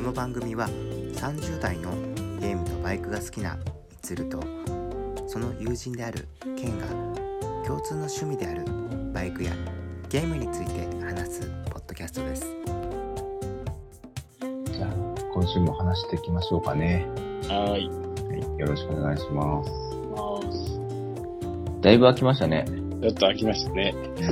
の番組は30代のゲームとバイクが好きなみつるとその友人であるケンが共通の趣味であるバイクやゲームについて話すポッドキャストです。 じゃあ今週も話していきましょうかね。 はい、 よろしくお願いします。だいぶ空きましたね。 ちょっと飽きましたね。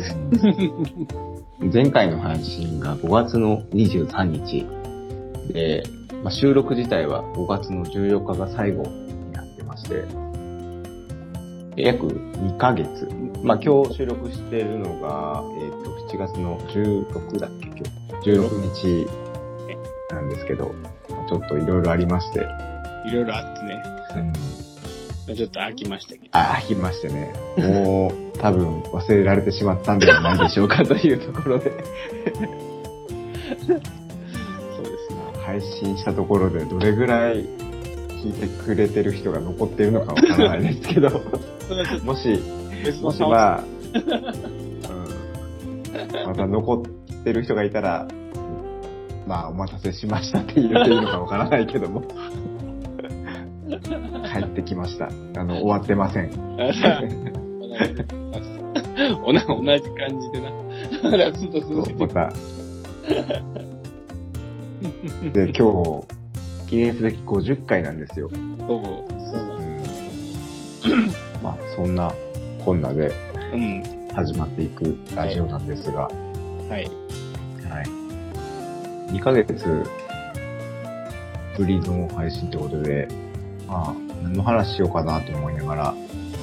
前回の配信が5月の23日で、収録自体は5月の14日が最後になってまして、約2ヶ月。今日収録してるのが、7月の16だっけ、今日。16日なんですけど、ちょっといろいろありまして。 いろいろあってね。ちょっと飽きましたけど。 飽きましてね。もう多分忘れられてしまったんではないでしょうかというところで。 そうですね。 配信したところでどれぐらい聞いてくれてる人が残っているのかわからないですけど、もしまた残ってる人がいたら、お待たせしましたって言っていいのかわからないけども。帰ってきました。終わってません。 同じ感じでな。ラスト続いてまた。で、今日、記念すべき50回なんですよ。 そうそんなこんなで始まっていくラジオなんですが。 はい。 2ヶ月ぶりの配信ってことで、何の話しようかなと思いながら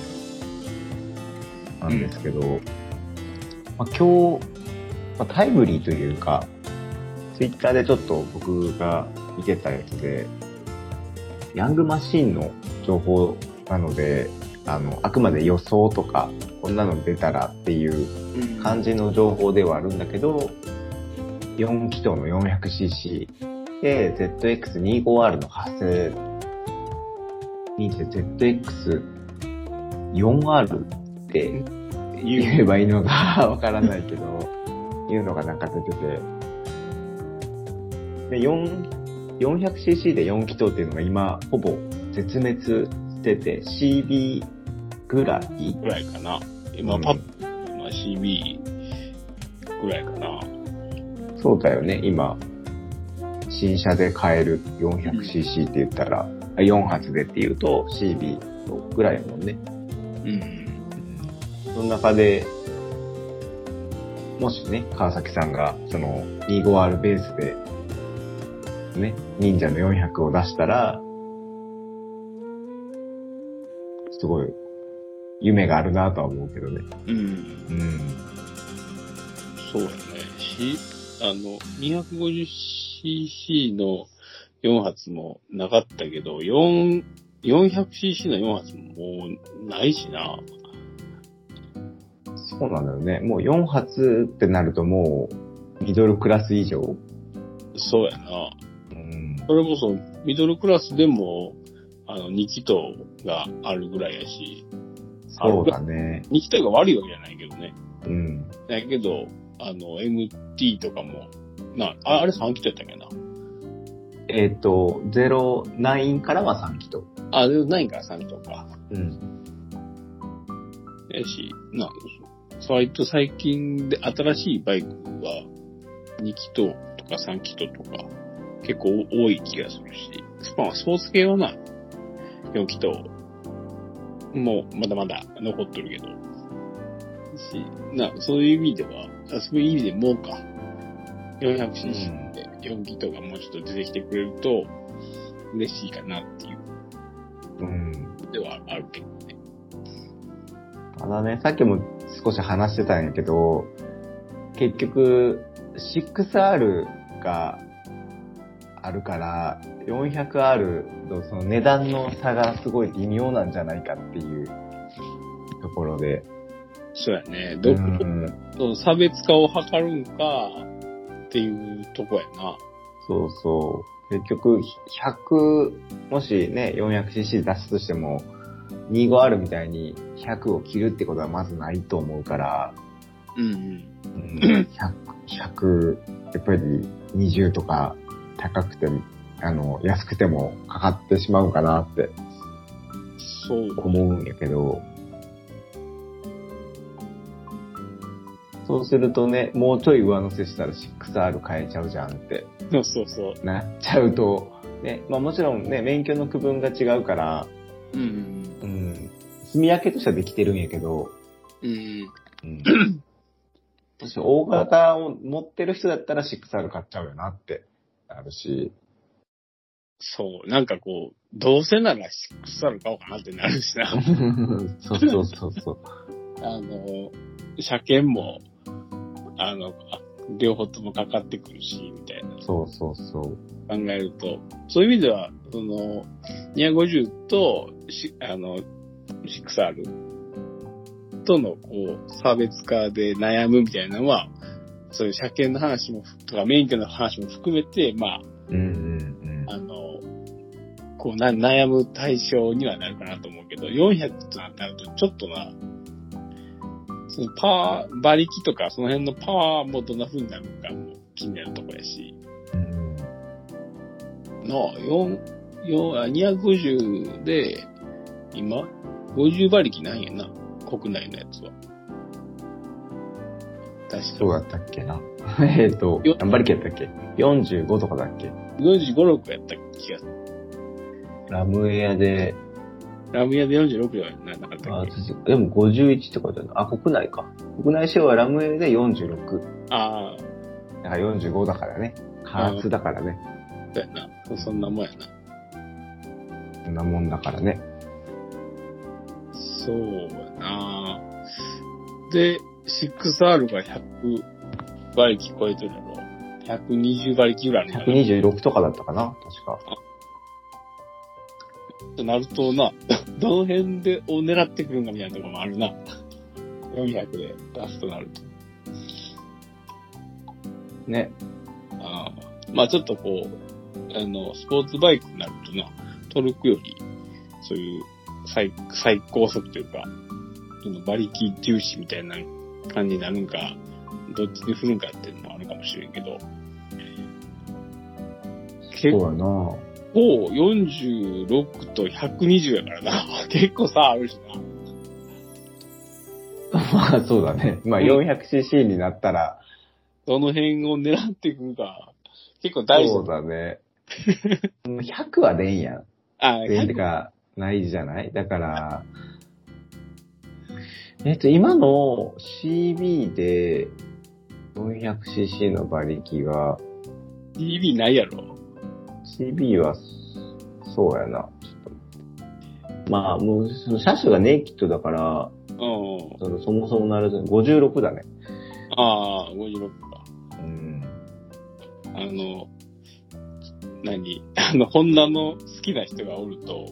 なんですけど、今日、タイムリーというか、ツイッターでちょっと僕が見てたやつで、ヤングマシーンの情報なので、あくまで予想とか、こんなの出たらっていう感じの情報ではあるんだけど、4気筒の 400cc で ZX25R の派生にて ZX4R って言えばいいのかわからないけど、いうのがなんか出てて、で 400cc で4気筒っていうのが今ほぼ絶滅してて CB ぐらいかな。今CB ぐらいかな。 そうだよね。今新車で買える 400cc って言ったら、4発でって言うと CB ぐらいやもんね。その中で、もしね、川崎さんがその 25R ベースでね、忍者の400を出したら、すごい夢があるなとは思うけどね。 そうやね。250cc の4発もなかったけど、400cc の4発ももうないしな。 そうなんだよね。もう4発ってなるともうミドルクラス以上。 そうやな。それこそミドルクラスでも2気筒があるぐらいやし。 そうだね。 2気筒が悪いわけじゃないけどね。だけど、MT とかも、あれ3気筒やったっけな。 09からは3気筒。 09から3気筒か。やし、割と最近で新しいバイクは2気筒とか3気筒とか結構多い気がするし、スポーツ系は4気筒もまだまだ残ってるけど、そういう意味では、そういう意味でもうか、400cc で4気筒がもうちょっと出てきてくれると嬉しいかなっていう、ではあるけどね。 ただね、さっきも少し話してたんやけど、結局 6R があるから 400R とその値段の差がすごい微妙なんじゃないかっていうところで。 そうやね。差別化を図るんかっていうとこやな。 そうそう。結局100、もしね 400cc 出すとしても 25R みたいに100を切るってことはまずないと思うから、100、やっぱり20とか高くて安くてもかかってしまうかなってそう。 思うんやけど、そうするとね、もうちょい上乗せしたら 6R 買えちゃうじゃんってそうそうそう。 なっちゃうと、ね、まあもちろんね、免許の区分が違うから、 うんうん、積み分けとしてはできてるんやけど、 うん。 うん。そして大型を持ってる人だったら 6R 買っちゃうよなってあるし。 そう。なんかこう、どうせなら6R買おうかなってなるしな。 そうそうそうそう。 車検も、両方ともかかってくるし、みたいな。 そうそうそう。 考えると、そういう意味では、250と、6R との、こう、差別化で悩むみたいなのは、そういう車検の話も、とか免許の話も含めて、まあ、 うんうんこう悩む対象にはなるかなと思うけど、400となると、ちょっとな、そのパワー、馬力とか、その辺のパワーもどんな風になるかも気になるところやし、 うん 250で、今、50馬力なんやな、国内のやつは。確かそうだったっけな。何馬力やったっけ ?45 とかだっけ 45、6やった気がする。 ラムエアで、 ラムヤで46ではなかったっけ。 でも51って書いてあるな。あ、国内か。国内仕様はラムエアで46。 ああ。 だから45だからね。加圧だからね。 そうやな。そんなもんやな。 そんなもんだからね。 そうやな。で、6R が100馬力超えてるの。120馬力ぐらいある。 126とかだったかな確か。 となるとな、どの辺でを狙ってくるんかみたいなところもあるな。400で出すとなると。 ね。 まあちょっとこう、スポーツバイクになるとな、トルクより、そういう最高速というか、馬力重視みたいな感じになるんか、どっちに振るんかっていうのもあるかもしれんけど。 そうやな。 46と120やからな。結構差あるしな。まあそうだね。まあ 400cc になったら。 どの辺を狙ってくるか、結構大事。 そうだね。100は出んやん。出んてか、ないじゃないだから、今の CB で 400cc の馬力は、 CB ないやろ。 CB は、そうやな。ちょっとまあ、もう、その車種がネイキッドだから、そもそもならずに56だね。 ああ、56か。 うん。 ホンダの好きな人がおると、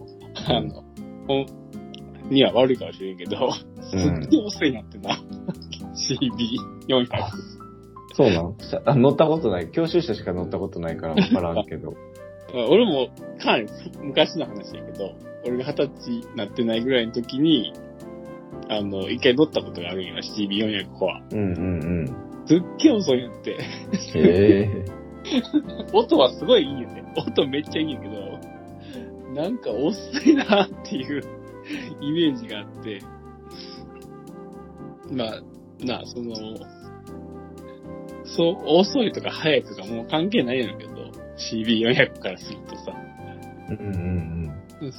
には悪いかもしれんけど、すっげえ遅いなってな。CB400。 そうなの乗ったことない。教習車しか乗ったことないから分からんけど。 俺もかなり昔の話やけど、俺が20歳になってないぐらいの時に、一回乗ったことがあるんよ、CB400 コア。 うんうんうん。 すっげえ遅いんやって。音はすごいいいんやね。音めっちゃいいんやけど、なんか遅いなっていうイメージがあって、まあ、遅いとか速いとかもう関係ないんやけど、CB400 からするとさ。 うんうんうん。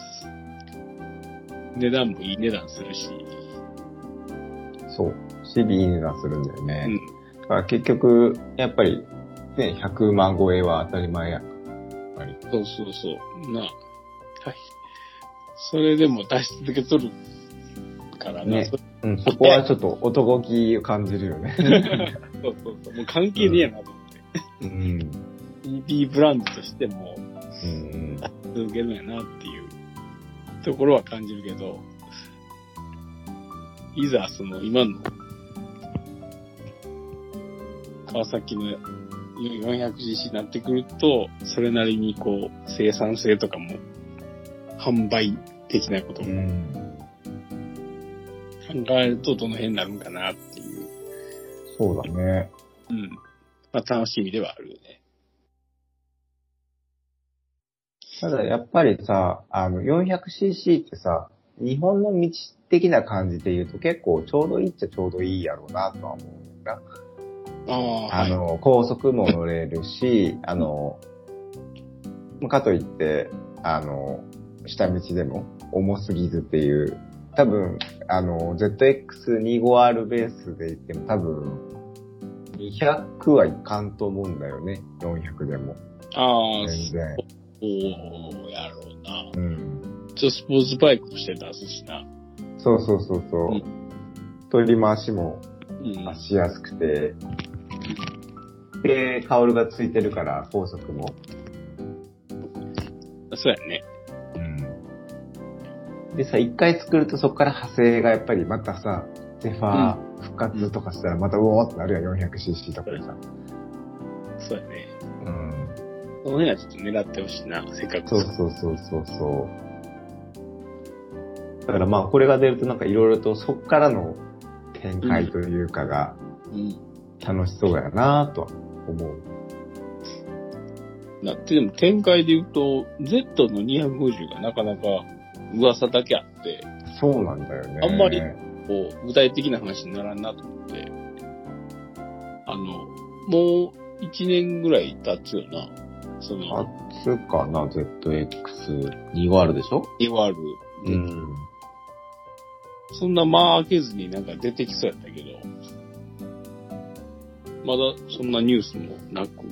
値段もいい値段するし。 そう。CB いい値段するんだよね。だから結局、やっぱり、ね、100万超えは当たり前やん。 そうそうそう。はい。それでも出し続けとるからな。 ね。そこはちょっと男気を感じるよね。 そうそうそう。もう関係ねえやなと思って。EB ブランドとしても、続けるんやなっていうところは感じるけど、いざ今の川崎の 400cc になってくると、それなりにこう、生産性とかも、販売的なことも、考えるとどの辺になるんかなっていう。 そうだね。 まあ楽しみではあるよね。 ただやっぱりさ、400cc ってさ、日本の道的な感じで言うと結構ちょうどいいっちゃちょうどいいやろうなとは思うんだ。高速も乗れるし、かといって、下道でも重すぎずっていう、多分、ZX25R ベースで言っても多分、200はいかんと思うんだよね、400でも。全然。 やろうな。 うん。 スポーツバイクとして出すしな。 そう。取り回しもしやすくて、で、カウルがついてるから、高速も。 そうやね。 うん。でさ、一回作るとそこから派生がやっぱりまたさ、ゼファー復活とかしたらまたうおーってなるやん、400cc とかでさ。 そうやね。 うん。 その辺はちょっと狙ってほしいな、せっかく。 そう。だからまあこれが出るとなんかいろいろとそっからの展開というかが楽しそうやなとは思う。 だってでも展開で言うと Z の250がなかなか噂だけあって、 そうなんだよね。 あんまりこう具体的な話にならんなと思って、もう1年ぐらい経つよな。 初かな、ZX25R でしょ ?2R で。そんな開けずになんか出てきそうやったけど、まだそんなニュースもなく。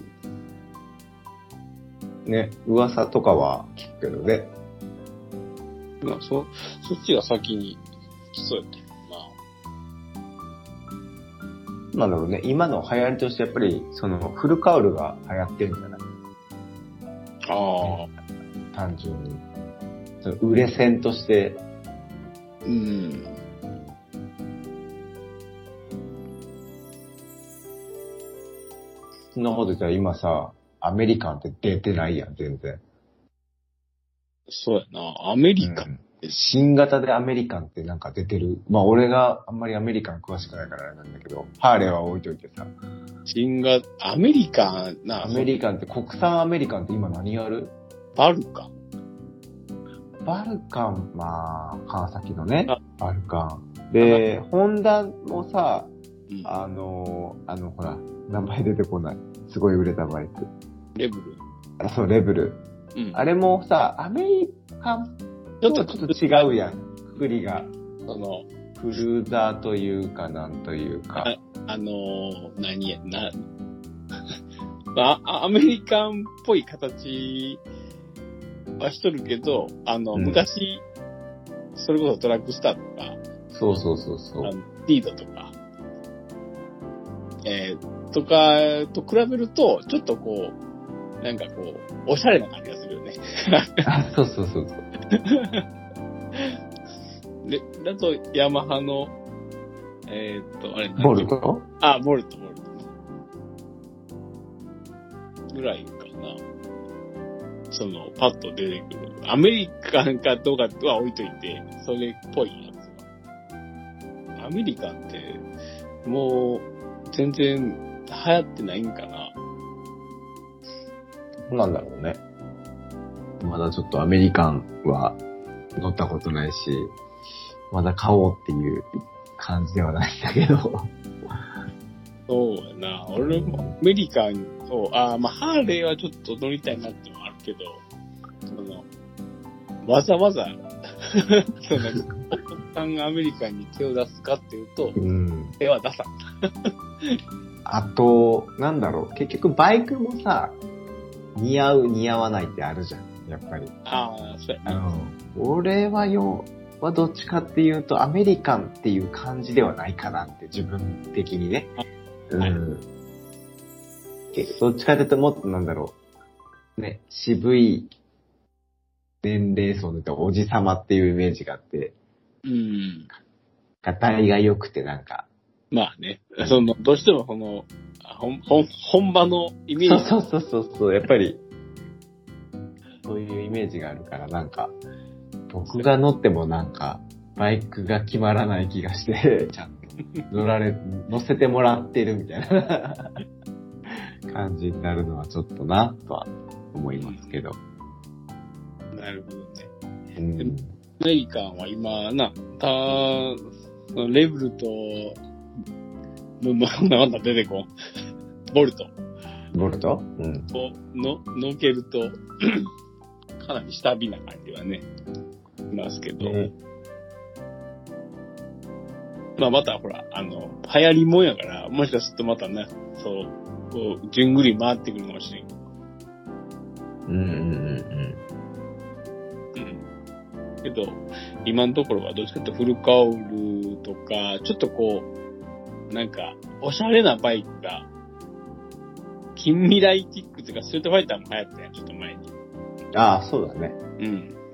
ね、噂とかは聞くけどね。 まあ、そっちが先に来そうやったよな。なんだろうね、今の流行りとしてやっぱり、フルカウルが流行ってるんじゃない？単純に。売れ線として。そんなこと言ったら今さ、アメリカンって出てないやん、全然。 そうやな、アメリカン、 新型でアメリカンってなんか出てる。まあ俺があんまりアメリカン詳しくないからあれなんだけど、ハーレーは置いといてさ。 アメリカンな。 アメリカンって国産アメリカンって今何ある？ バルカン、 まあ、川崎のね、バルカン。で、ホンダもさ、ほら、名前出てこない。すごい売れたバイク。 レブル。 そう、レブル。あれもさ、アメリカンとちょっと違うやん。くくりが。クルーザーというか、なんというか。 何やな。アメリカンっぽい形はしとるけど、昔、それこそドラッグスターとか、 そう。 リードとか、とかと比べると、ちょっとこう、なんかこう、おしゃれな感じがするよね。 そう。 だと、ヤマハの、あれボルト？ ボルト。ぐらいかな。パッと出てくる。アメリカンかどうかは置いといて、それっぽいやつは。アメリカンって、もう、全然流行ってないんかな。 なんだろうね。まだちょっとアメリカンは乗ったことないし、まだ買おうっていう感じではないんだけど。 そうやな。俺もアメリカンを、ハーレーはちょっと乗りたいなってのもあるけど、わざわざ、アメリカンに手を出すかっていうと、手は出さん。 あと、なんだろう、結局バイクもさ、似合う似合わないってあるじゃん、やっぱり。 そうやな。 俺はどっちかっていうとアメリカンっていう感じではないかなって自分的にね。どっちかっていうともっとなんだろう。ね、渋い年齢層でおじさまっていうイメージがあって。がたいが良くてなんか。 まあね。どうしても本場のイメージ。 そう。やっぱり、そういうイメージがあるからなんか、僕が乗ってもなんか、バイクが決まらない気がして、ちゃんと乗せてもらってるみたいな感じになるのはちょっとな、とは思いますけど。 なるほどね。 うん。 アメリカンは今レブルと、なんだ出てこん。ボルトボルトうん。 をのけると、かなり下火な感じはね、いますけど。まあまたほら、流行りもんやから、もしかするとまたね、そう、こう、じゅんぐり回ってくるかもしれん。うんけど、今のところはどっちかというとフルカウルとか、ちょっとこう、なんか、おしゃれなバイクが、近未来キックというか、ストリートファイターも流行ったやん、ちょっと前に。 ああ、そうだね。 うん。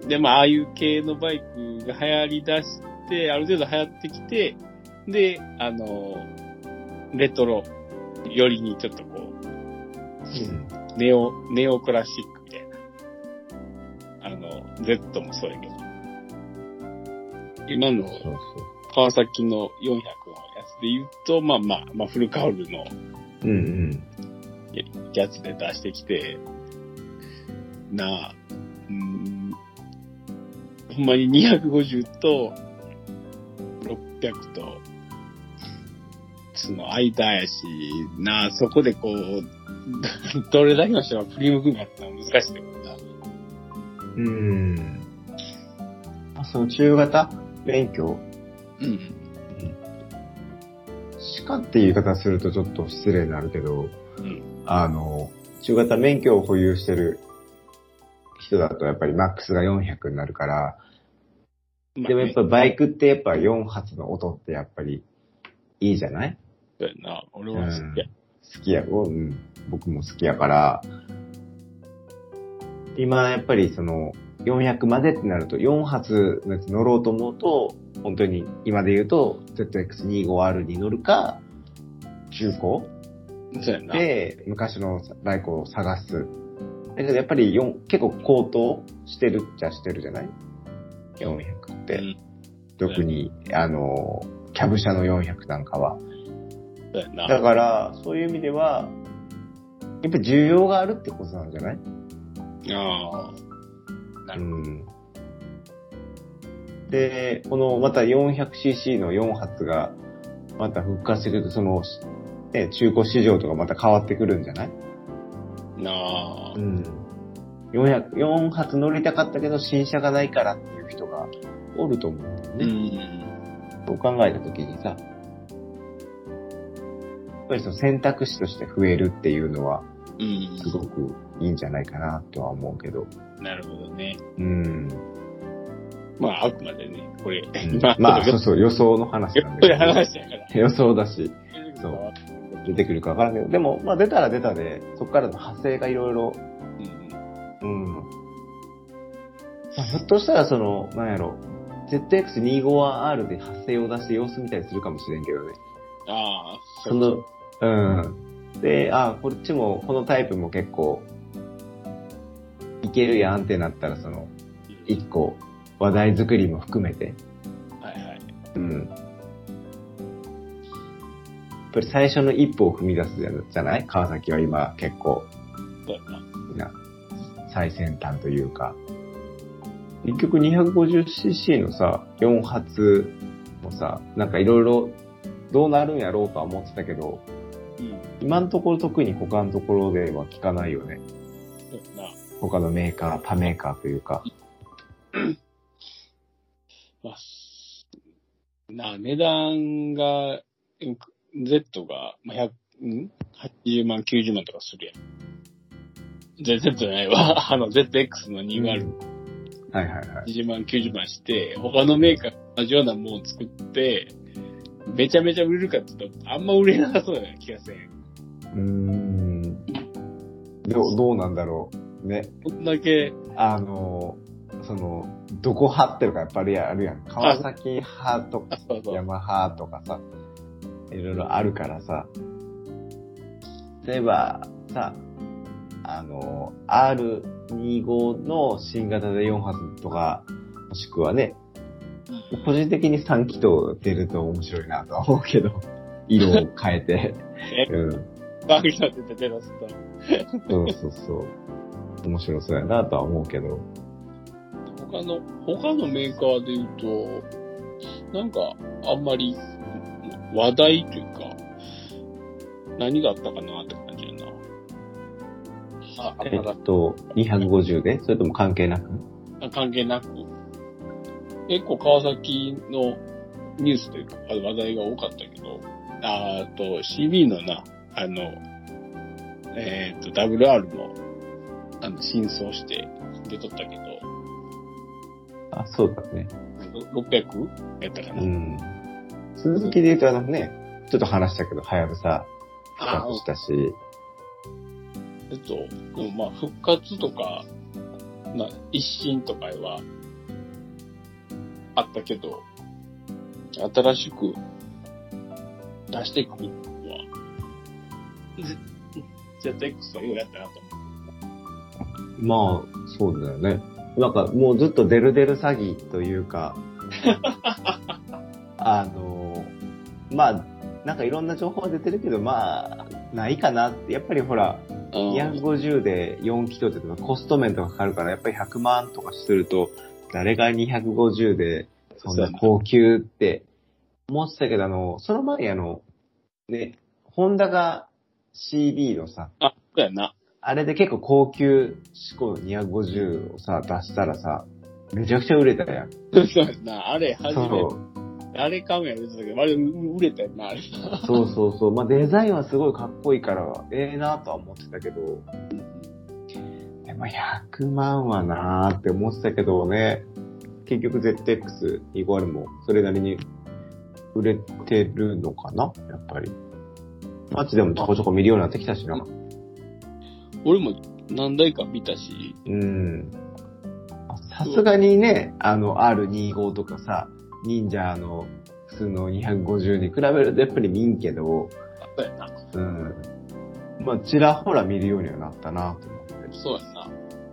で、まあ、ああいう系のバイクが流行り出して、ある程度流行ってきて、で、レトロよりにちょっとこう、ネオクラシックみたいな。Z もそうやけど。今のそうそう。 川崎の400のやつで言うと、まあ、フルカウルのうんうん。 やつで出してきて、ほんまに250と600と、その間やし、そこでこう、どれだけの人が振り向くんかってのは難しいけどな。 その中型免許歯科っていう言い方するとちょっと失礼になるけど、中型免許を保有してる人だとやっぱりマックスが400になるから、でもやっぱバイクってやっぱ4発の音ってやっぱりいいじゃない？ そうやな、俺は好きや。 好きや、僕も好きやから、今やっぱりその400までってなると4発のやつ乗ろうと思うと、本当に今で言うと ZX25R に乗るか、中古そうやな。 で昔のバイクを探す。だけどやっぱり結構高騰してるっちゃしてるじゃない ?400 って。特に、キャブ車の400なんかは。 そうやな。 だから、そういう意味では、やっぱり需要があるってことなんじゃない？ ああ。なるほど。 で、このまた 400cc の4発がまた復活してくると、その、ね、中古市場とかまた変わってくるんじゃない？4発乗りたかったけど新車がないからっていう人がおると思うんだよね。そう考えたときにさ、やっぱりその選択肢として増えるっていうのは、すごくいいんじゃないかなとは思うけど。 なるほどね。 まあ、あくまでね、これ、 まあ、そう、予想の話なんだけど。 話やから。 予想だし、そう。出てくるかわからんけど、でも、まあ出たら出たで、そこからの派生がいろいろ、まあ、ひょっとしたらなんやろ、ZX25R で派生を出して様子見たりするかもしれんけどね。 ああ、 で、こっちも、このタイプも結構、いけるやんってなったら、一個、話題作りも含めて。 はいはい。 やっぱり最初の一歩を踏み出すじゃない？川崎は今結構、最先端というか。結局 250cc のさ、4発もさ、なんかいろいろどうなるんやろうとは思ってたけど、今のところ特に他のところでは聞かないよね。他のメーカー、他メーカーというか。 値段が、Z が、80万、90万とかするやん。Z じゃないわ。ZX の202。 はいはいはい。 80万、90万して、他のメーカー同じようなものを作って、めちゃめちゃ売れるかって言うと、あんま売れなさそうな気がせん。 どうなんだろう。ね。 こんだけ、 どこ派ってるかやっぱりあるやん。川崎派とか、ヤマハとかさ、いろいろあるからさ。例えば、さ、R25 の新型で4発とか、もしくはね、個人的に3気筒出ると面白いなとは思うけど、色を変えて。 バグが出て出ますと。 そう。面白そうやなとは思うけど。 他のメーカーで言うと、なんか、あんまり話題というか、何があったかなって感じやな。 250でそれとも関係なく関係なく。結構川崎のニュースというか、話題が多かったけど、CB のな、WR も、真相して出とったけど、 あ、そうだね。 600? やったかな。 うん。続きで言うとね、ちょっと話したけど、はやぶさ復活したし。 でもまあ、復活とか、一新とかは、あったけど、新しく出してくるのは、ZX はようやったなと思う。 まあ、そうだよね。なんかもうずっとデルデル詐欺というか、まあ、なんかいろんな情報が出てるけど、まあ、ないかなって。やっぱりほら、250で4気筒ってコスト面とかかかるから、やっぱり100万とかすると、誰が250でそんな高級って思ってたけど、その前にね、ホンダが CB のさ、 そうやな。 あれで結構高級志向の250をさ、出したらさ、めちゃくちゃ売れたやん。 そうやな。あれ、あれ買うんや言ってたけど、あれ売れたよな、あれ。 そうそうそう。まあデザインはすごいかっこいいから、なとは思ってたけど、でも100万はなーって思ってたけどね、結局 ZX250 もそれなりに売れてるのかなやっぱり。街でもちょこちょこ見るようになってきたしな。 俺も何台か見たし。 さすがにね、R25 とかさ、忍者の普通の250に比べるとやっぱり見んけど、 そうやな。 まあ、ちらほら見るようにはなったなと思って。 そうやな。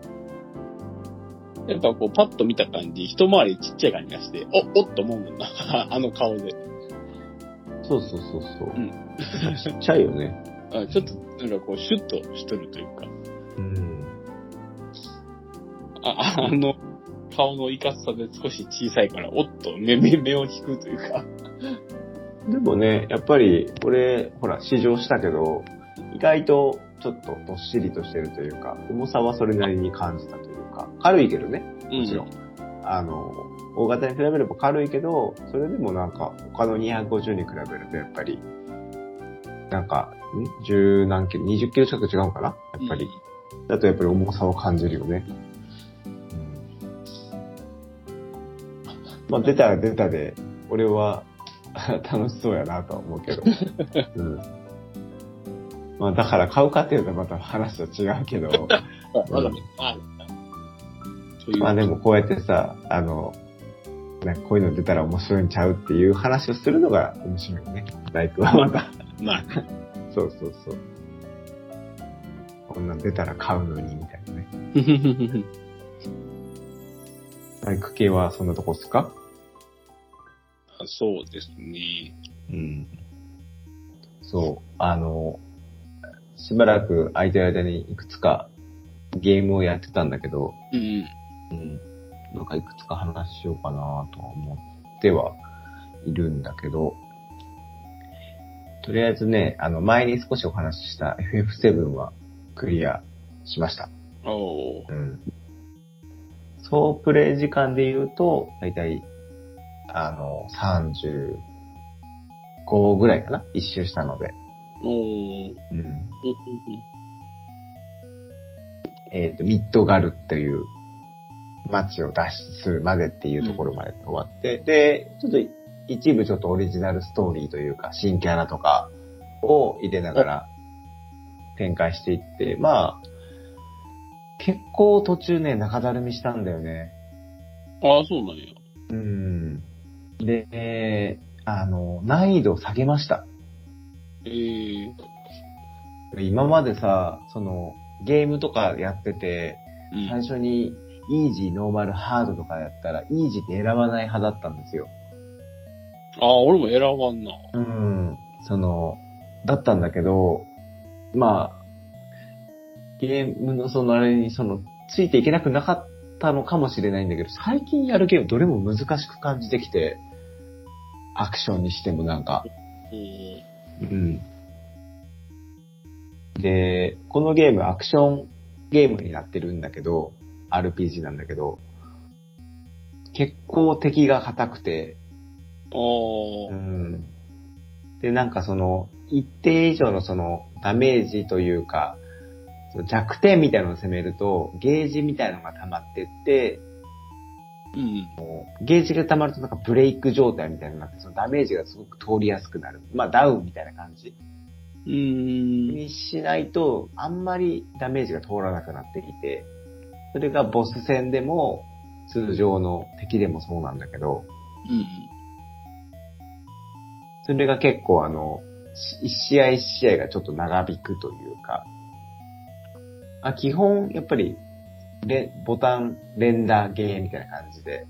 やっぱこう、パッと見た感じ、一回りちっちゃい感じがして、おっと思うもんな。あの顔で。 そうそう。ちっちゃいよね。 ちょっと、なんかこう、シュッとしとるというか。顔のいかつさで少し小さいから、おっと目を引くというか。 でもね、やっぱり、俺、ほら、試乗したけど、意外とちょっとどっしりとしてるというか、重さはそれなりに感じたというか、軽いけどね、もちろん。大型に比べれば軽いけど、それでもなんか、他の250に比べるとやっぱり、なんか、10何キロ、20キロ近く違うかなやっぱり。だとやっぱり重さを感じるよね。まあ出たら出たで、俺は楽しそうやなとは思うけど。まあだから買うかっていうとまた話と違うけど。まあでもこうやってさ、なんかこういうの出たら面白いんちゃうっていう話をするのが面白いよね。ライクはまた。 まあ。 そう。こんなん出たら買うのにみたいなね。ライク系はそんなとこっすか？ そうですね。 そう。しばらく空いてる間にいくつかゲームをやってたんだけど、なんかいくつか話しようかなと思ってはいるんだけど、とりあえずね、前に少しお話しした FF7 はクリアしました。総プレイ時間で言うと、だいたい、35ぐらいかな？一周したので。ミッドガルっていう街を脱出するまでっていうところまで終わって、で、ちょっと一部ちょっとオリジナルストーリーというか、新キャラとかを入れながら展開していって、まあ、結構途中ね、中だるみしたんだよね。 そうなんや。 で、難易度下げました。今までさ、ゲームとかやってて、最初にイージー、ノーマル、ハードとかやったら、イージーって選ばない派だったんですよ。 俺も選ばんな。 だったんだけど、まあ、ゲームのあれについていけなくなかったのかもしれないんだけど、最近やるゲームどれも難しく感じてきて、アクションにしてもなんか。うん。で、このゲームアクションゲームになってるんだけど、RPG なんだけど、結構敵が硬くて、うん。で、なんかその、一定以上のその、ダメージというか、弱点みたいなのを攻めると、ゲージみたいなのが溜まってって、ゲージが溜まるとなんかブレイク状態みたいになって、そのダメージがすごく通りやすくなる。まあダウンみたいな感じ。にしないと、あんまりダメージが通らなくなってきて、それがボス戦でも、通常の敵でもそうなんだけど、それが結構一試合一試合がちょっと長引くというか、基本、やっぱり、ボタン連打ゲーみたいな感じで、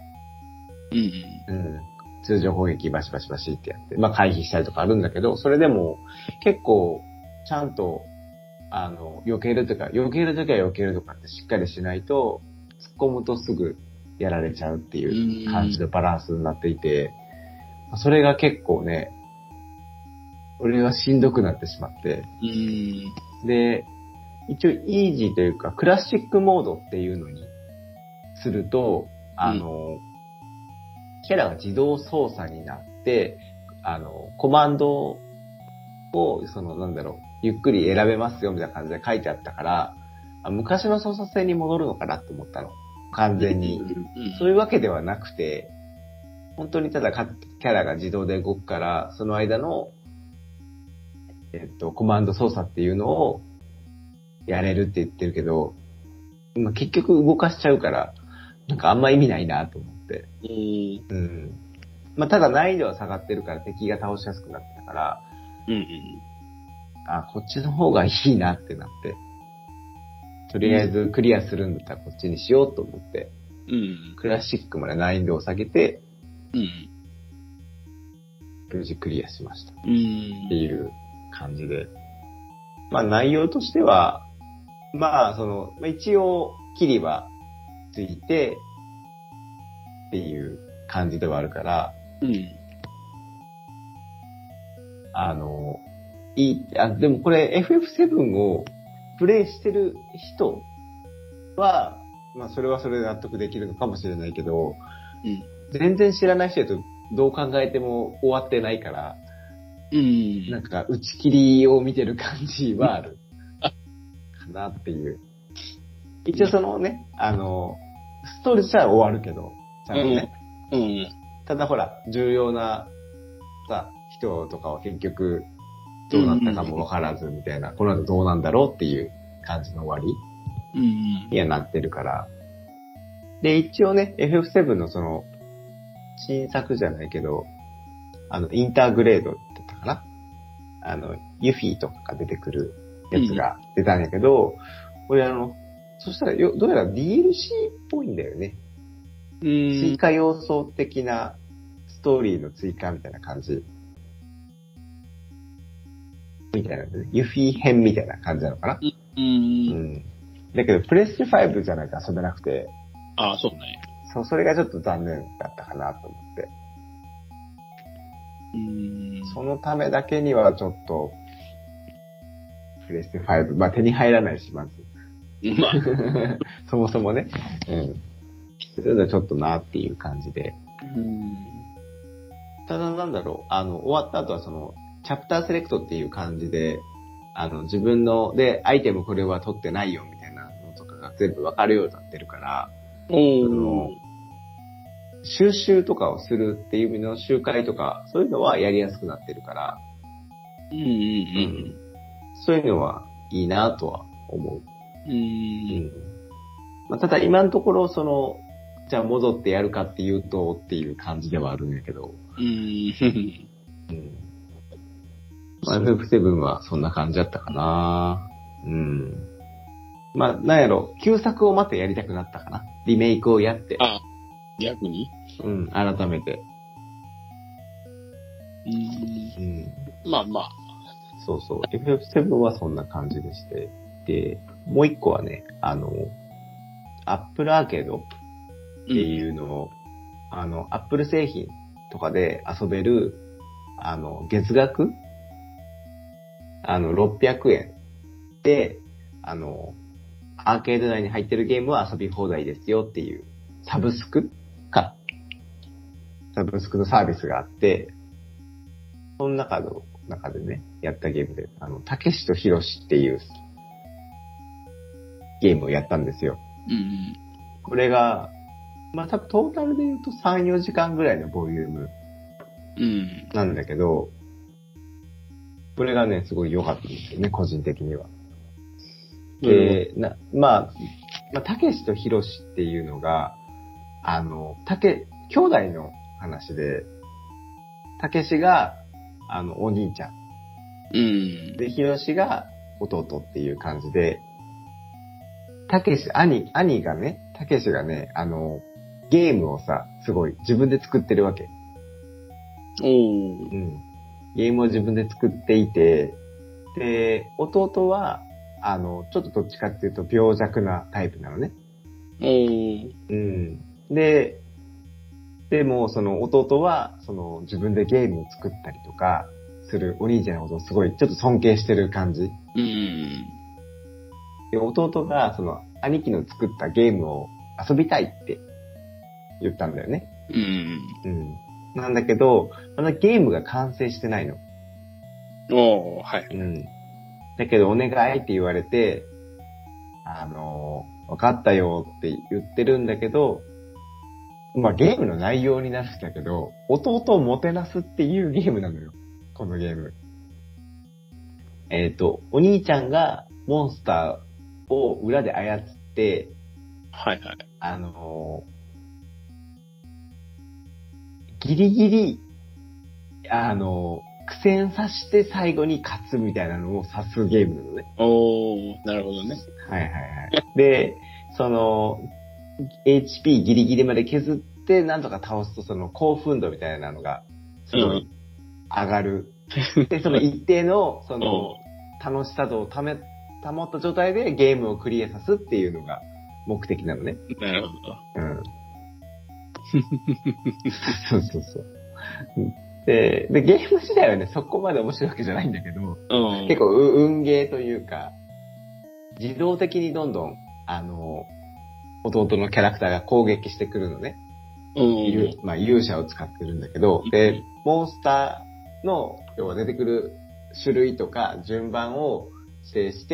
通常攻撃バシバシバシってやって、まあ回避したりとかあるんだけど、それでも結構ちゃんと避けるとか、避けるときは避けるとかってしっかりしないと、突っ込むとすぐやられちゃうっていう感じのバランスになっていて、それが結構ね、俺はしんどくなってしまって、で、一応イージーというかクラシックモードっていうのにすると、キャラが自動操作になって、コマンドを、ゆっくり選べますよみたいな感じで書いてあったから、昔の操作性に戻るのかなって思ったの。完全に。そういうわけではなくて、本当にただキャラが自動で動くから、その間の、コマンド操作っていうのをやれるって言ってるけど、結局動かしちゃうから、なんかあんま意味ないなと思って。まあ、ただ難易度は下がってるから敵が倒しやすくなってたから、こっちの方がいいなってなって、とりあえずクリアするんだったらこっちにしようと思って、クラシックまで難易度を下げて、無事クリアしました。っていう感じで。まあ内容としては、一応、キリはついて、っていう感じではあるから、でもこれ FF7 をプレイしてる人は、まあそれはそれで納得できるのかもしれないけど、全然知らない人だとどう考えても終わってないから、なんか打ち切りを見てる感じはある。かなっていう。一応そのね、ストーリー自体は終わるけど、ちゃんとね。ただほら、重要なさ、人とかは結局どうなったかもわからずみたいな、この後どうなんだろうっていう感じの終わりにはなってるから。で、一応ね、FF7 のその、新作じゃないけど、インターグレードって言ったかな？ユフィとかが出てくるやつが出たんやけど、これそしたらどうやら DLC っぽいんだよね。追加要素的なストーリーの追加みたいな感じ。みたいなね。ユフィ編みたいな感じなのかな。だけど、プレステ5じゃないと遊べなくて。 そうね。 そう、それがちょっと残念だったかなと思って。そのためだけにはちょっと、プレステ5、まあ手に入らないし、まず。そもそもね。それではちょっとなっていう感じで。ただなんだろう、終わった後はその、チャプターセレクトっていう感じで、自分の、で、アイテムこれは取ってないよみたいなのとかが全部わかるようになってるから、収集とかをするっていう意味の集会とか、そういうのはやりやすくなってるから、そういうのはいいなとは思う。まあ、ただ今のところじゃあ戻ってやるかっていうとっていう感じではあるんやけど。まあ、FF7 はそんな感じだったかな。まあ、なんやろ、旧作をまたやりたくなったかな。リメイクをやって。 逆に？ 改めて。 まあまあ。 そうそう。FF7 はそんな感じでして。で、もう一個はね、 Apple アーケードっていうのを、Apple 製品とかで遊べる、月額600円で、アーケード内に入ってるゲームは遊び放題ですよっていうサブスクのサービスがあって、その中でね、やったゲームで、たけしとひろしっていうゲームをやったんですよ。これが、まあ多分トータルで言うと3、4時間ぐらいのボリュームなんだけど、これがね、すごい良かったんですよね、個人的には。で、まあ、たけしとひろしっていうのが、兄弟の話で、たけしが、お兄ちゃん。で、ひろしが弟っていう感じで、兄がね、たけしがね、ゲームをさ、すごい自分で作ってるわけ。ゲームを自分で作っていて、で、弟は、ちょっとどっちかっていうと病弱なタイプなのね。でも、その弟は、自分でゲームを作ったりとかするお兄ちゃんのことをすごいちょっと尊敬してる感じ。で、弟が、兄貴の作ったゲームを遊びたいって言ったんだよね。なんだけど、まだゲームが完成してないの。 はい。 だけど、お願いって言われて、わかったよって言ってるんだけど、まあ、ゲームの内容になるんだけど、弟をもてなすっていうゲームなのよ。このゲーム。お兄ちゃんがモンスターを裏で操って、ギリギリ、苦戦さして最後に勝つみたいなのを指すゲームなのね。 なるほどね。 で、HP ギリギリまで削ってなんとか倒すと興奮度みたいなのがすごい上がる。で、その一定の楽しさ度を保った状態でゲームをクリアさすっていうのが目的なのね。 なるほど。 そう。で、ゲーム自体はね、そこまで面白いわけじゃないんだけど、結構運ゲーというか、自動的にどんどん、弟のキャラクターが攻撃してくるのね。勇者を使ってるんだけど、で、モンスターの、要は出てくる種類とか順番を指定して、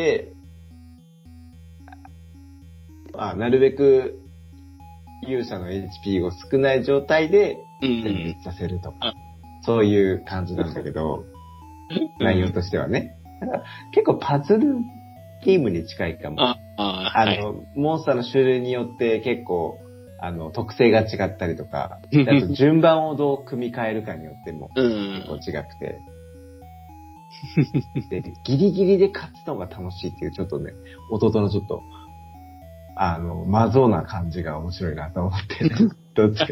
なるべく勇者の HP を少ない状態で成立させるとか、そういう感じなんだけど、内容としてはね。だから結構パズルゲームに近いかも。モンスターの種類によって結構、特性が違ったりとか、あと順番をどう組み替えるかによっても結構違くて。で、ギリギリで勝つのが楽しいっていう、ちょっとね、弟のちょっと、マゾーな感じが面白いなと思って、ね、どっちか。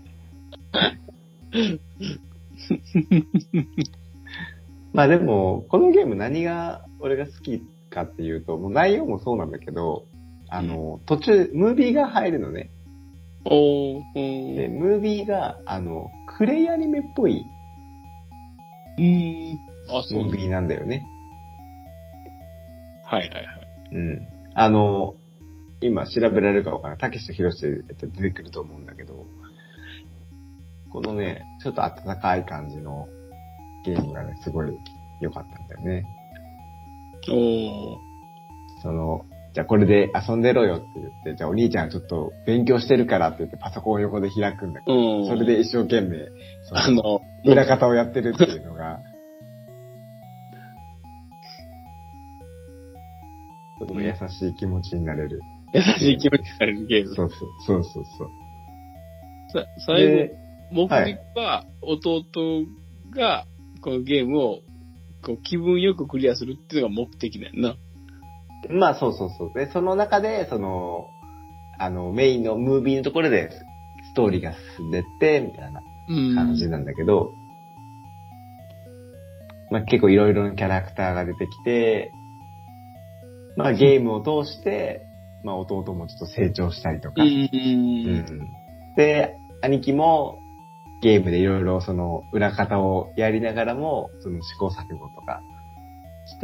まあでも、このゲーム何が俺が好きかっていうと、もう内容もそうなんだけど、途中、ムービーが入るのね。で、ムービーが、クレイアニメっぽい、ムービーなんだよね。今調べられるかわからない。たけしとひろしで出てくると思うんだけど、このね、ちょっと温かい感じのゲームがね、すごい良かったんだよね。じゃあこれで遊んでろよって言って、じゃあお兄ちゃんちょっと勉強してるからって言ってパソコンを横で開くんだけど、それで一生懸命、裏方をやってるっていうのが、ちょっと優しい気持ちになれる。 優しい気持ちになれるゲーム。 そう。 最後、目的は弟がこのゲームを気分よくクリアするっていうのが目的だよな。 まあそう。で、その中で、メインのムービーのところでストーリーが進んでって、みたいな感じなんだけど、まあ結構いろいろなキャラクターが出てきて、まあゲームを通して、 まあ弟もちょっと成長したりとか。 うんで、兄貴もゲームでいろいろその裏方をやりながらも、その試行錯誤とかして、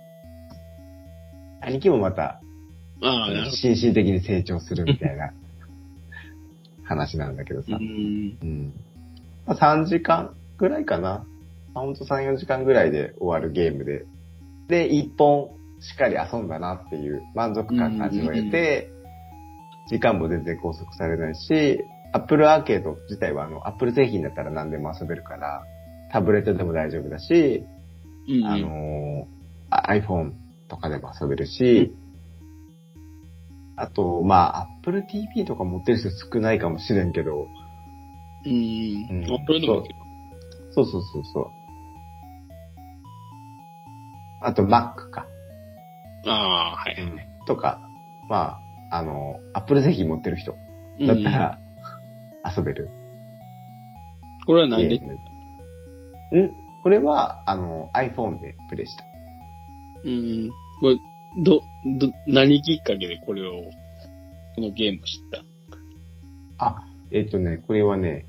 兄貴もまた、心身的に成長するみたいな話なんだけどさ。まあ、3時間ぐらいかな。ほんと3、4時間ぐらいで終わるゲームで。で、1本しっかり遊んだなっていう満足感が味わえて、時間も全然拘束されないし、Apple アーケード自体はApple 製品だったら何でも遊べるから、タブレットでも大丈夫だし、iPhone とかでも遊べるし、あと、まあ、Apple TV とか持ってる人少ないかもしれんけど、そうそうそうそう。あと Mac か。 はい。 とか、まあ、Apple 製品持ってる人だったら遊べる。 これは何で？ これは、iPhone でプレイした。 これ、何きっかけでこのゲーム知った？ これはね、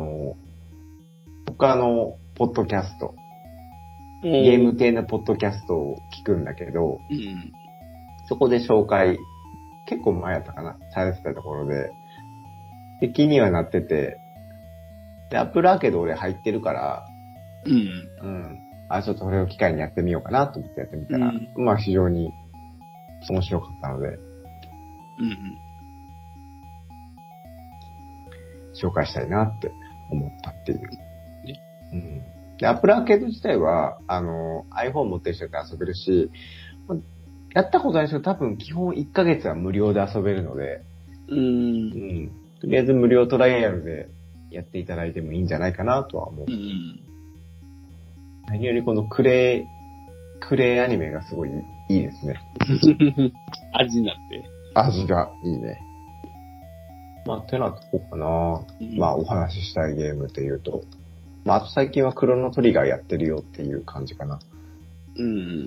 他のポッドキャスト、ゲーム系のポッドキャストを聞くんだけど、そこで紹介、結構前やったかな、されてたところで、気にはなってて、で、Apple アーケード俺入ってるから、ちょっとこれを機会にやってみようかなと思ってやってみたら、まあ非常に面白かったので、紹介したいなって思ったっていう。で、Apple アーケード自体は、iPhone 持ってる人って遊べるし、やったことない人は多分基本1ヶ月は無料で遊べるので、とりあえず無料トライアルでやっていただいてもいいんじゃないかなとは思う。何よりこのクレイアニメがすごいいいですね。 味になって。 味がいいね。まあ、てなとこかな。まあ、お話ししたいゲームっていうと。まあ、あと最近はクロノトリガーやってるよっていう感じかな。ク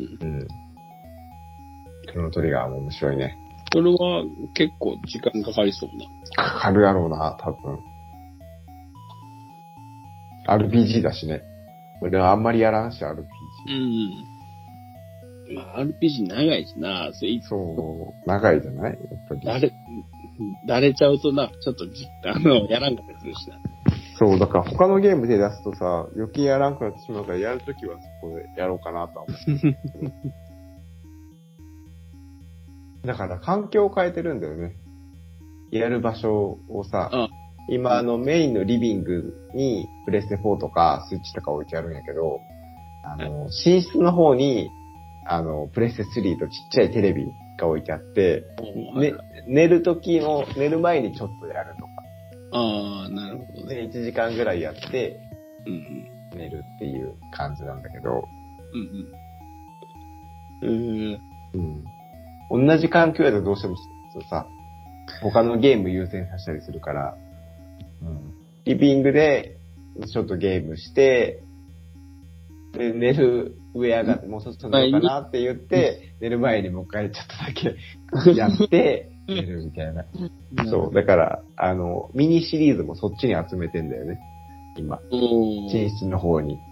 ロノトリガーも面白いね。 それは結構時間かかりそうな。 かかるやろうな、多分。RPG だしね。俺はあんまりやらんし、RPG。 まあ、RPG 長いしな、 そう、長いじゃないやっぱり。 慣れちゃうとな、ちょっとやらんかったりするしな。 そう、だから他のゲームで出すとさ、余計やらんくなってしまうから、やるときはそこでやろうかなとは思う。だから環境を変えてるんだよね。やる場所をさ、今メインのリビングにプレステ4とかスイッチとか置いてあるんやけど、寝室の方に、プレステ3とちっちゃいテレビが置いてあって、寝る前にちょっとやるとか。 なるほどね。で、1時間ぐらいやって、寝るっていう感じなんだけど、同じ環境やとどうしてもさ、他のゲーム優先させたりするから、リビングでちょっとゲームして、で、寝る上上がって、もうそろそろ寝ようかなって言って、寝る前にもう一回ちょっとだけやって、寝るみたいな。そう。だから、ミニシリーズもそっちに集めてんだよね。今。寝室の方に。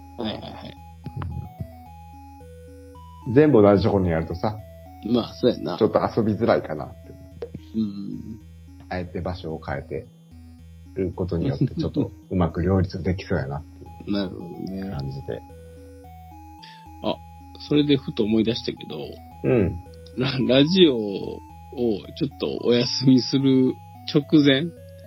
全部同じところにやるとさ。 まあ、そうやな。 ちょっと遊びづらいかなって。あえて場所を変えてることによって、ちょっとうまく両立できそうやなっていう。 なるほどね。 感じで。 それでふと思い出したけど、ラジオをちょっとお休みする直前、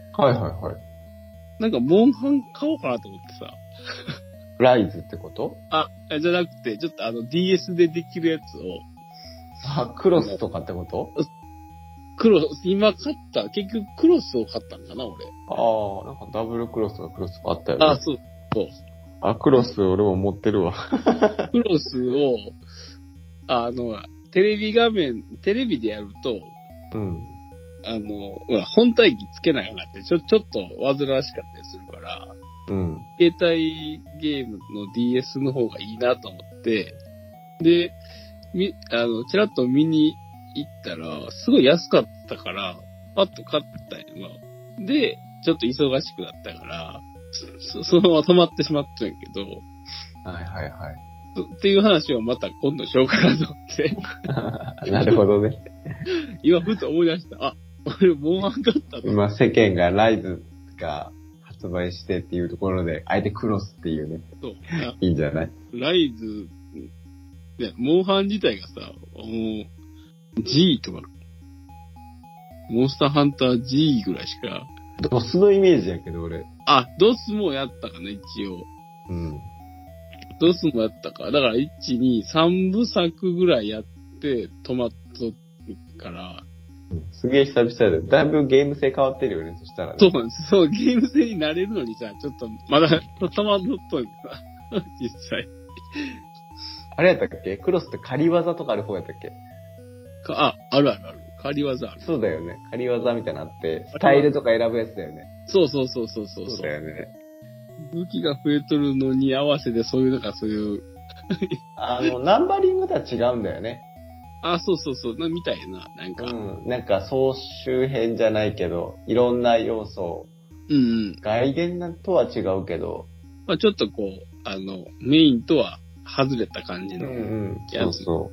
なんか、モンハン買おうかなと思ってさ。 ライズってこと？ じゃなくて、ちょっとDS でできるやつを。クロスとかってこと？ 今買った、結局クロスを買ったんかな、俺。 なんかダブルクロスとかクロスとかあったよね。 そう。 クロス俺も持ってるわ。 クロスを、テレビでやると、本体機つけないようになって、ちょっと煩わしかったりするから、携帯ゲームの DS の方がいいなと思って、で、ちらっと見に行ったら、すごい安かったから、パッと買ったんやな。で、ちょっと忙しくなったから、そのまま止まってしまったんやけど、 はいはいはい。 っていう話をまた今度しようかなと思って。 なるほどね。 今ふと思い出した。あ、俺もう分かったと。 今世間がライズが発売してっていうところで、あえてクロスっていうね。 そう。 いいんじゃない？ ライズ、ね、モンハン自体がさ、G とか、モンスターハンター G ぐらいしか。 ドスのイメージやけど俺。 あ、ドスもやったかな、一応。 うん。 ドスもやったか。だから、1、2、3部作ぐらいやって、止まっとるから。 すげえ久々で、だいぶゲーム性変わってるよね、そしたらね。 そうなんです。そう、ゲーム性になれるのにさ、ちょっと、まだ、止まっとるから、実際。 あれやったっけ？クロスって仮技とかある方やったっけ？ あるあるある。仮技ある。 そうだよね。仮技みたいなのあって、スタイルとか選ぶやつだよね。 そう。 そうだよね。 武器が増えとるのに合わせてそういう、そういう。 ナンバリングとは違うんだよね。 あ、そう。みたいな、なんか。 うん。なんか、総集編じゃないけど、いろんな要素。外伝とは違うけど。 まあちょっとこう、メインとは外れた感じのやつ。 そう。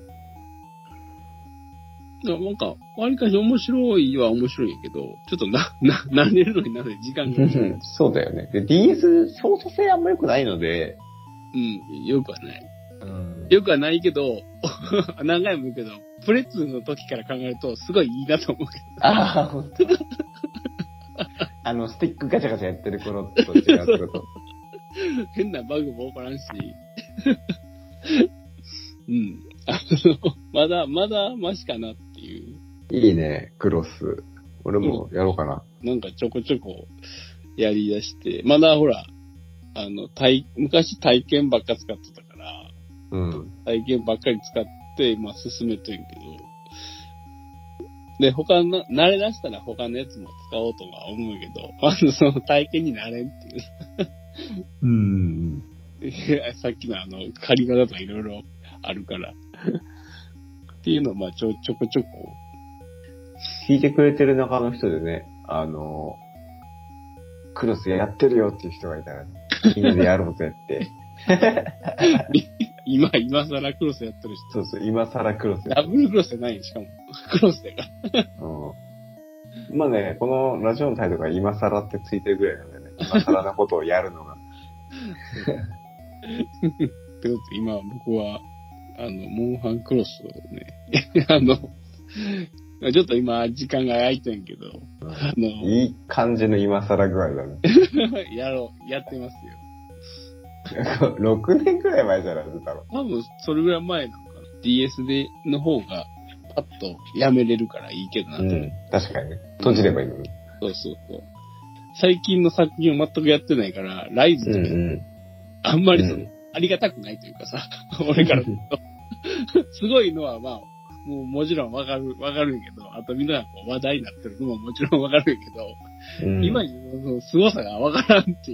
なんか、割かし面白いは面白いんやけど、ちょっと慣れるのになぜ時間がかかる。 そうだよね。で、DS、操作性あんま良くないので。 よくはない。よくはないけど、何回も言うけど、プレッツの時から考えると、すごいいいなと思うけど。 ああ、ほんと。スティックガチャガチャやってる頃と違うってこと。 変なバグも起こらんし。まだマシかなっていう。 いいね、クロス。俺もやろうかな。 なんかちょこちょこやり出して、まだほら、昔体験ばっか使ってたから、体験ばっかり使って、進めてるけど、で、慣れ出したら他のやつも使おうとは思うけど、まずその体験になれんっていう。さっきの仮技とかいろいろあるから。っていうのは、ちょこちょこ。 聞いてくれてる中の人でね、クロスやってるよっていう人がいたら、みんなでやろうぜって。 今更クロスやってる人。 そう、今更クロス。 ダブルクロスじゃないんしかも。クロスだから。 まあね、このラジオのタイトルが今更ってついてるぐらいなんでね、今更なことをやるのが。 今僕は、モンハンクロスをね、ちょっと今時間が空いてんけど、 いい感じの今更具合だね。 やってますよ。 6年くらい前じゃないですか。 多分それぐらい前なのかな。DS の方がパッとやめれるからいいけどなと。 確かにね。閉じればいいのに。 そう。最近の作品を全くやってないから、ライズとか、あんまりありがたくないというかさ、俺からすると。すごいのはももちろんわかるんやけど、あとみんながこう話題になってるのももちろんわかるんやけど、今の凄さがわからんっていう。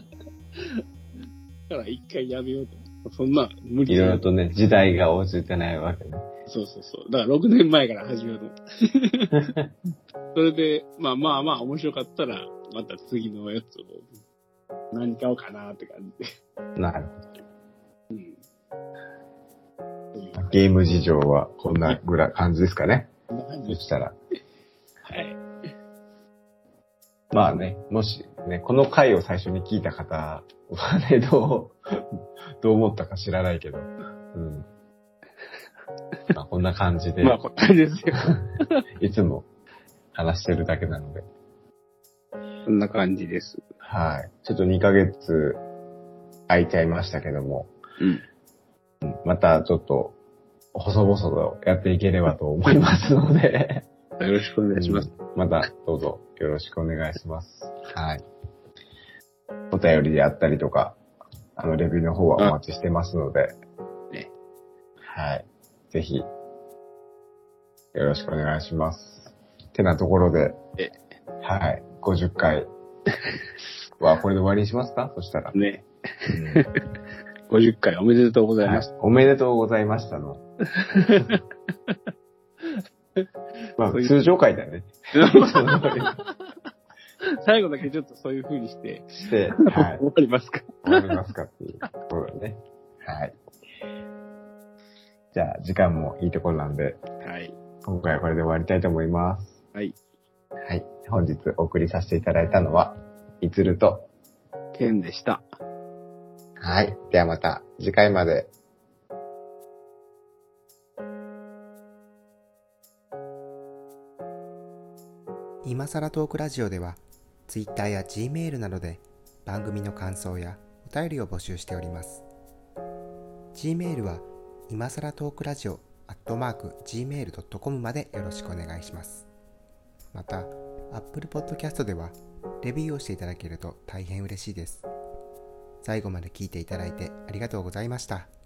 だから一回やめようと。そんな無理。 いろいろとね、時代が追いついてないわけね。 そう。だから6年前から始めようと思って。それで、まあ面白かったら、また次のやつを何買おうかなって感じで。 なるほど。ゲーム事情はこんなぐらい感じですかね。そしたら。 はい。 まあね、もしね、この回を最初に聞いた方はね、どう思ったか知らないけど。まあこんな感じで。 まあこんな感じですよ。 いつも話してるだけなので。 こんな感じです。 はい。ちょっと2ヶ月空いちゃいましたけども。またちょっと、細々とやっていければと思いますので。 よろしくお願いします。 またどうぞよろしくお願いします。はい。お便りであったりとか、レビューの方はお待ちしてますので。 ね。 はい。ぜひ、よろしくお願いします。てなところで、はい。50回はこれで終わりにしますか？そしたら。 ね。50回おめでとうございました。 おめでとうございましたの。 まあ、 そういう通常回だよね。 最後だけちょっとそういう風にしてして、はい。 終わりますか。 終わりますかっていうところでね。はい。じゃあ、時間もいいところなんで、 はい。 今回はこれで終わりたいと思います。 はい。 はい。本日お送りさせていただいたのは、いつると、 ケンでした。 はい。ではまた次回まで。 今さらトークラジオでは Twitter や Gmail などで番組の感想やお便りを募集しております。Gmail は今さらトークラジオ@gmail.com までよろしくお願いします。また Apple Podcast ではレビューをしていただけると大変嬉しいです。最後まで聞いていただいてありがとうございました。